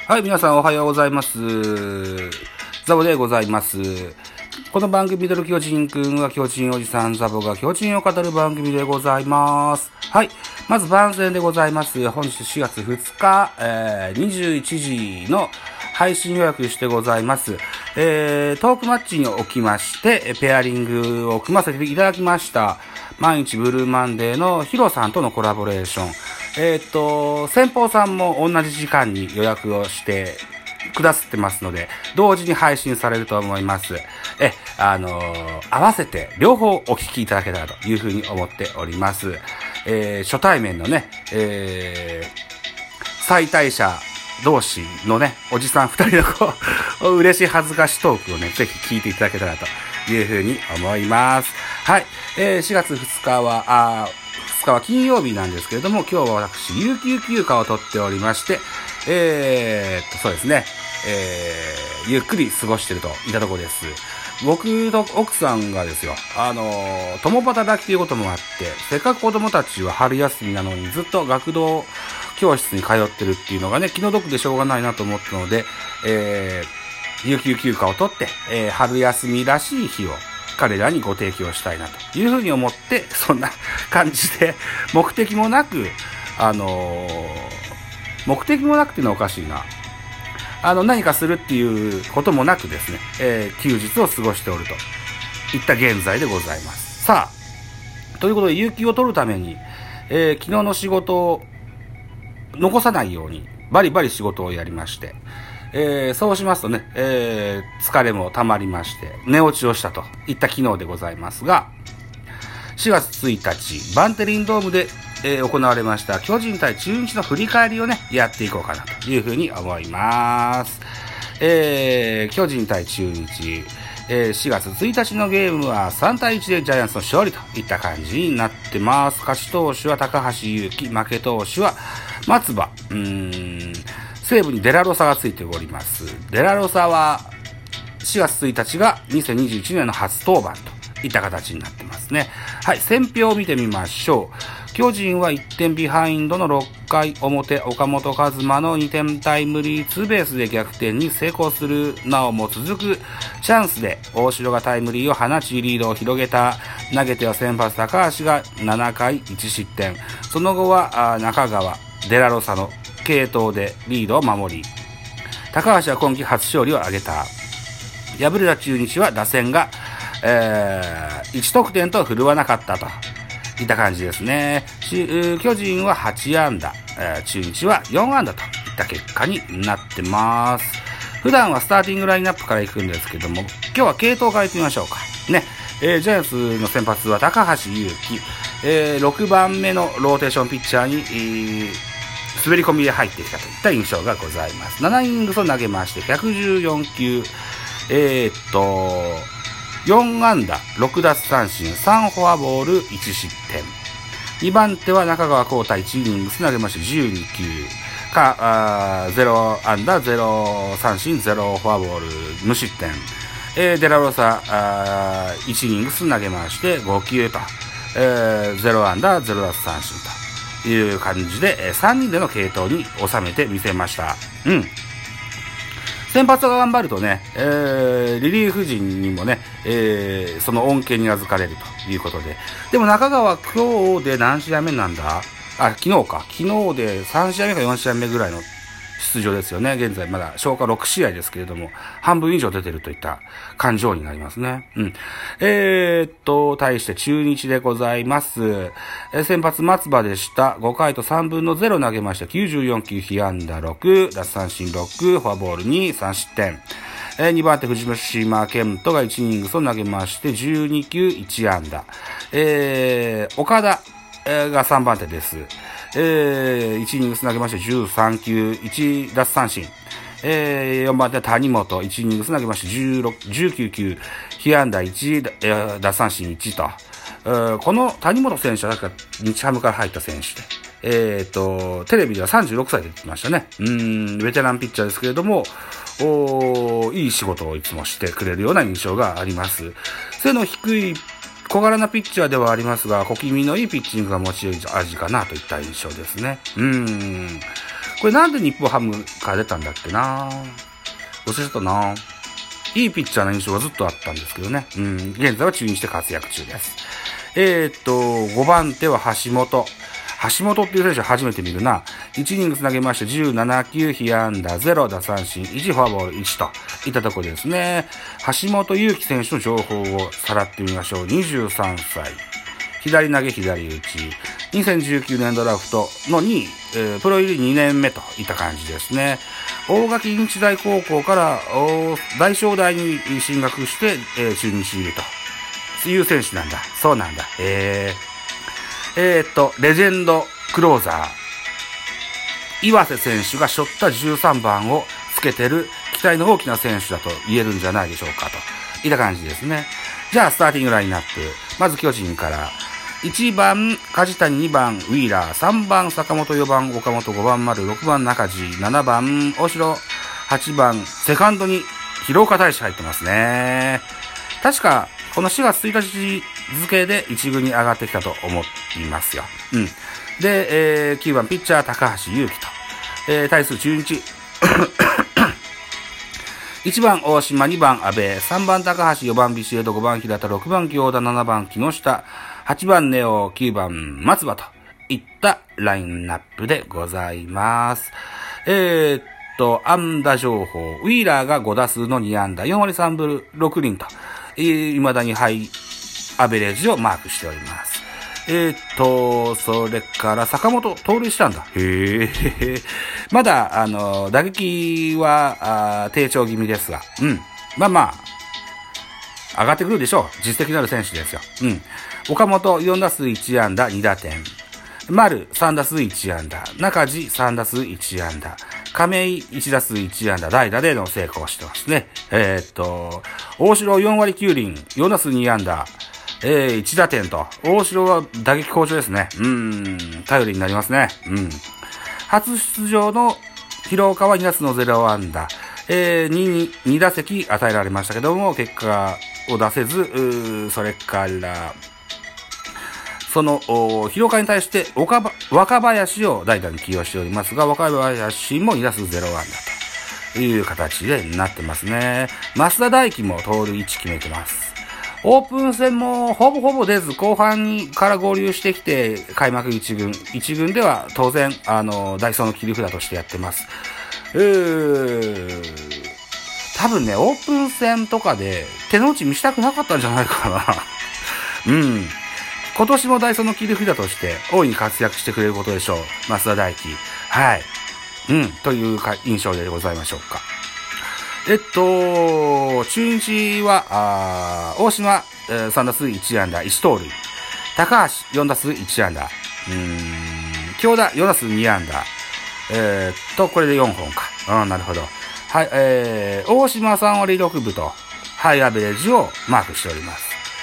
はい、皆さんおはようございます。ザボでございます。この番組ミドル巨人くんは巨人おじさんザボが巨人を語る番組でございます。はい、まず番宣でございます。本日4月2日、21時の配信予約してございます。トークマッチにおきまして、ペアリングを組ませていただきました。毎日ブルーマンデーのヒロさんとのコラボレーション。先方さんも同じ時間に予約をしてくださってますので、同時に配信されると思います。合わせて両方お聞きいただけたらというふうに思っております。初対面のね、最大者同士のね、おじさん二人の嬉しい恥ずかしトークをね、ぜひ聞いていただけたらというふうに思います。はい。4月2日は金曜日なんですけれども、今日は私、有給休暇を取っておりまして、そうですね、ゆっくり過ごしているといったところです。僕と奥さんがですよ、共働きということもあって、せっかく子供たちは春休みなのにずっと学童教室に通ってるっていうのがね、気の毒でしょうがないなと思ったので、有給休暇を取って、春休みらしい日を彼らにご提供したいなというふうに思って、そんな感じで目的もなくっていうのはおかしいな。何かするっていうこともなくですね、休日を過ごしておるといった現在でございます。さあ、ということで有給を取るために、昨日の仕事を残さないようにバリバリ仕事をやりまして、そうしますとね、疲れも溜まりまして寝落ちをしたといった昨日でございますが、4月1日バンテリンドームで、行われました巨人対中日の振り返りをねやっていこうかなというふうに思います。巨人対中日、4月1日のゲームは3対1でジャイアンツの勝利といった感じになってます。勝ち投手は高橋優貴、負け投手は松葉。西武にデラロサがついております。デラロサは4月1日が2021年の初登板といった形になってますね。はい、戦評を見てみましょう。巨人は1点ビハインドの6回表、岡本和真の2点タイムリーツーベースで逆転に成功する。なおも続くチャンスで大城がタイムリーを放ちリードを広げた。投げては先発高橋が7回1失点。その後は中川、デラロサの継投でリードを守り、高橋は今季初勝利を挙げた。敗れた中日は打線が、1得点と振るわなかったといった感じですね。巨人は8安打、中日は4安打といった結果になってます。普段はスターティングラインナップから行くんですけども、今日は継投から行ってみましょうかね。ジャイアンツの先発は高橋優貴、6番目のローテーションピッチャーに、滑り込みで入ってきたといった印象がございます。7イニングスを投げまして114球、4安打6奪三振3フォアボール1失点。2番手は中川幸太、1イニングス投げまして12球0安打0三振0フォアボール無失点。デラロサ1イニングス投げまして5球と、0安打0奪三振という感じで、3人での継投に収めてみせました。先発が頑張るとね、リリーフ陣にもね、その恩恵に預かれるということで。でも中川今日で何試合目なんだ？昨日で3試合目か4試合目ぐらいの出場ですよね。現在まだ消化6試合ですけれども、半分以上出てるといった感情になりますね。対して中日でございます。先発松葉でした。5回と3分の0投げました。94球、被安打6、奪三振6、フォアボール2、3失点。2番手藤島健人が1イニングスを投げまして、12球、1安打。岡田が3番手です。1イニングス投げまして13球1奪三振。4番手は谷本1イニングス投げまして19球被安打1、奪三振1と、この谷本選手は日ハムから入った選手で、テレビでは36歳で出てましたね。ベテランピッチャーですけれども、いい仕事をいつもしてくれるような印象があります。背の低い小柄なピッチャーではありますが、小気味のいいピッチングが持ち味かなといった印象ですね。 これなんで日本ハムから出たんだっけな、忘れちゃったな。いいピッチャーの印象がずっとあったんですけどね。現在は中日して活躍中です。5番手は橋本。橋本っていう選手は初めて見るな。1イニングつなげまして17球、被安打0、打三振1、フォアボール1といったところですね。橋本祐希選手の情報をさらってみましょう。23歳。左投げ左打ち。2019年ドラフトの2位、プロ入り2年目といった感じですね。大垣日大高校から大正大に進学して、中日入りという選手なんだ。そうなんだ。レジェンドクローザー、岩瀬選手が背負った13番をつけてる期待の大きな選手だと言えるんじゃないでしょうかといった感じですね。じゃあスターティングラインナップ。まず巨人から1番梶谷、2番ウィーラー、3番坂本、4番岡本、5番丸、6番中地、7番大城、8番セカンドに廣岡大志入ってますね。確かこの4月1日付で1軍に上がってきたと思いますよ。で、9番ピッチャー高橋優希と、対する中日1番大島、2番阿部、3番高橋、4番ビシエド、5番平田、6番京田、7番木下、8番ネオ、9番松葉といったラインナップでございます。安打情報、ウィーラーが5打数の2安打、4割3分6厘と、未だにハイアベレージをマークしております。それから坂本盗塁したんだ。まだ打撃は低調気味ですが、まあ上がってくるでしょう。実績のある選手ですよ。岡本4打数1安打2打点、丸3打数1安打、中地3打数1安打、亀井1打数1安打、代打での成功してますね。大城4割9厘、4打数2安打、1打点と、大城は打撃好調ですね。頼りになりますね。初出場の廣岡は2打数の0安打、2打席与えられましたけども、結果を出せず、それから、その、廣岡に対して若林を代打に起用しておりますが、若林も2打数0安打という形でなってますね。増田大輝も盗塁1決めてます。オープン戦もほぼ出ず、後半から合流してきて、開幕1軍では当然、ダイソーの切り札としてやってます。多分ね、オープン戦とかで手の内見したくなかったんじゃないかな。今年もダイソーの切り札として大いに活躍してくれることでしょう。増田大輝。はい。という印象でございましょうか。中日は、大島、3打数1安打、1盗塁。高橋、4打数1安打。京田、4打数2安打。これで4本か。なるほど。はい、大島3割6分と、ハイアベレージをマークしております。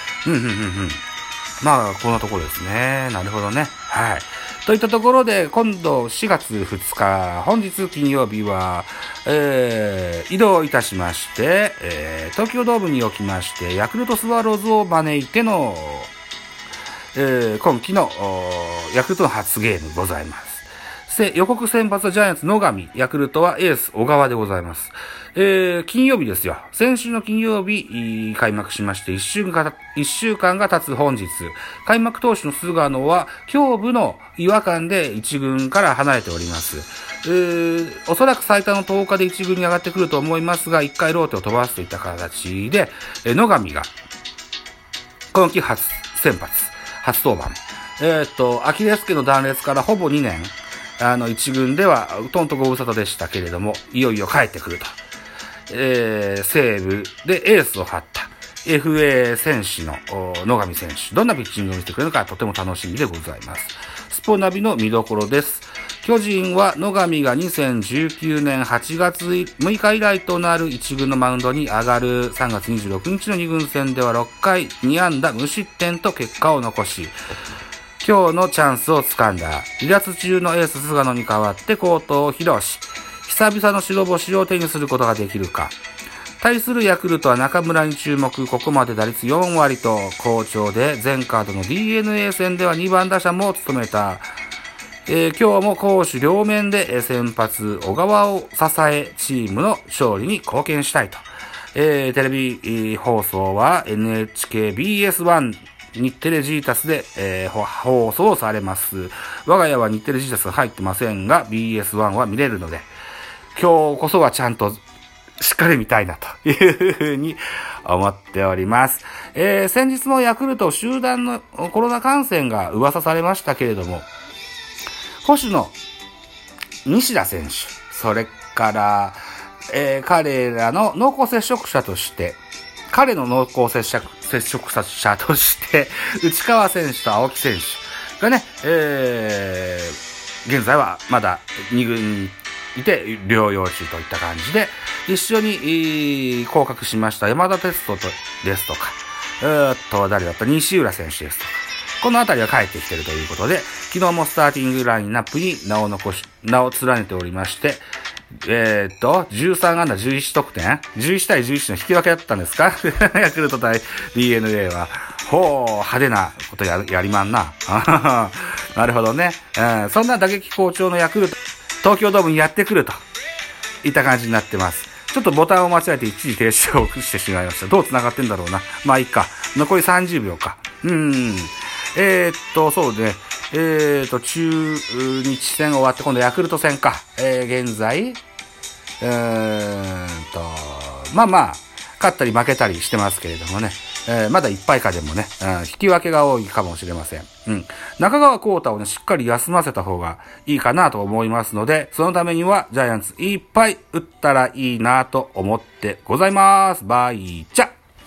まあ、こんなところですね。なるほどね。はい。といったところで、今度4月2日、本日金曜日は、移動いたしまして、東京ドームにおきまして、ヤクルトスワローズを招いての、今季のヤクルトの初ゲームございます。予告先発はジャイアンツ野上、ヤクルトはエース小川でございます。金曜日ですよ。先週の金曜日、開幕しまして、1週間が経つ本日、開幕投手の菅野は、胸部の違和感で1軍から離れております。おそらく最多の10日で1軍に上がってくると思いますが、1回ローテを飛ばすといった形で、野上が、今季初先発、初登板。アキレス腱の断裂からほぼ2年、一軍ではとんとご無沙汰でしたけれども、いよいよ帰ってくると。西武でエースを張った FA 戦士の野上選手。どんなピッチングを見せてくれるのかとても楽しみでございます。スポナビの見どころです。巨人は野上が2019年8月6日以来となる1軍のマウンドに上がる3月26日の2軍戦では6回2安打無失点と結果を残し、今日のチャンスをつかんだ。離脱中のエース菅野に代わって好投を披露し、久々の白星を手にすることができるか。対するヤクルトは中村に注目。ここまで打率4割と好調で、前カードの DNA 戦では2番打者も務めた、 今日も攻守両面で先発小川を支えチームの勝利に貢献したいと。テレビ放送は NHKBS1 日テレジータスで、放送されます。我が家は日テレジータス入ってませんが BS1 は見れるので、今日こそはちゃんとしっかり見たいなというふうに思っております。先日のヤクルト集団のコロナ感染が噂されましたけれども、保守の西田選手、それから、彼らの濃厚接触者として、彼の濃厚接触者として、内川選手と青木選手がね、現在はまだ2軍にいて療養中といった感じで、一緒に降格しました山田哲人ですとか、誰だった西浦選手ですとか、このあたりは帰ってきているということで、昨日もスターティングラインナップに名を連ねておりまして、13安打11得点 ?11 対11の引き分けだったんですかヤクルト対 DNA は。派手なことやりまんな。なるほどね。そんな打撃好調のヤクルト、東京ドームにやってくるといった感じになってます。ちょっとボタンを間違えて一時停止をしてしまいました。どう繋がってんだろうな。まあいいか。残り30秒か。そうね。中日戦終わって今度ヤクルト戦か。現在、まあまあ、勝ったり負けたりしてますけれどもね。まだいっぱいかでもね、引き分けが多いかもしれません。中川幸太をね、しっかり休ませた方がいいかなと思いますので、そのためにはジャイアンツいっぱい打ったらいいなと思ってございます。バイチャ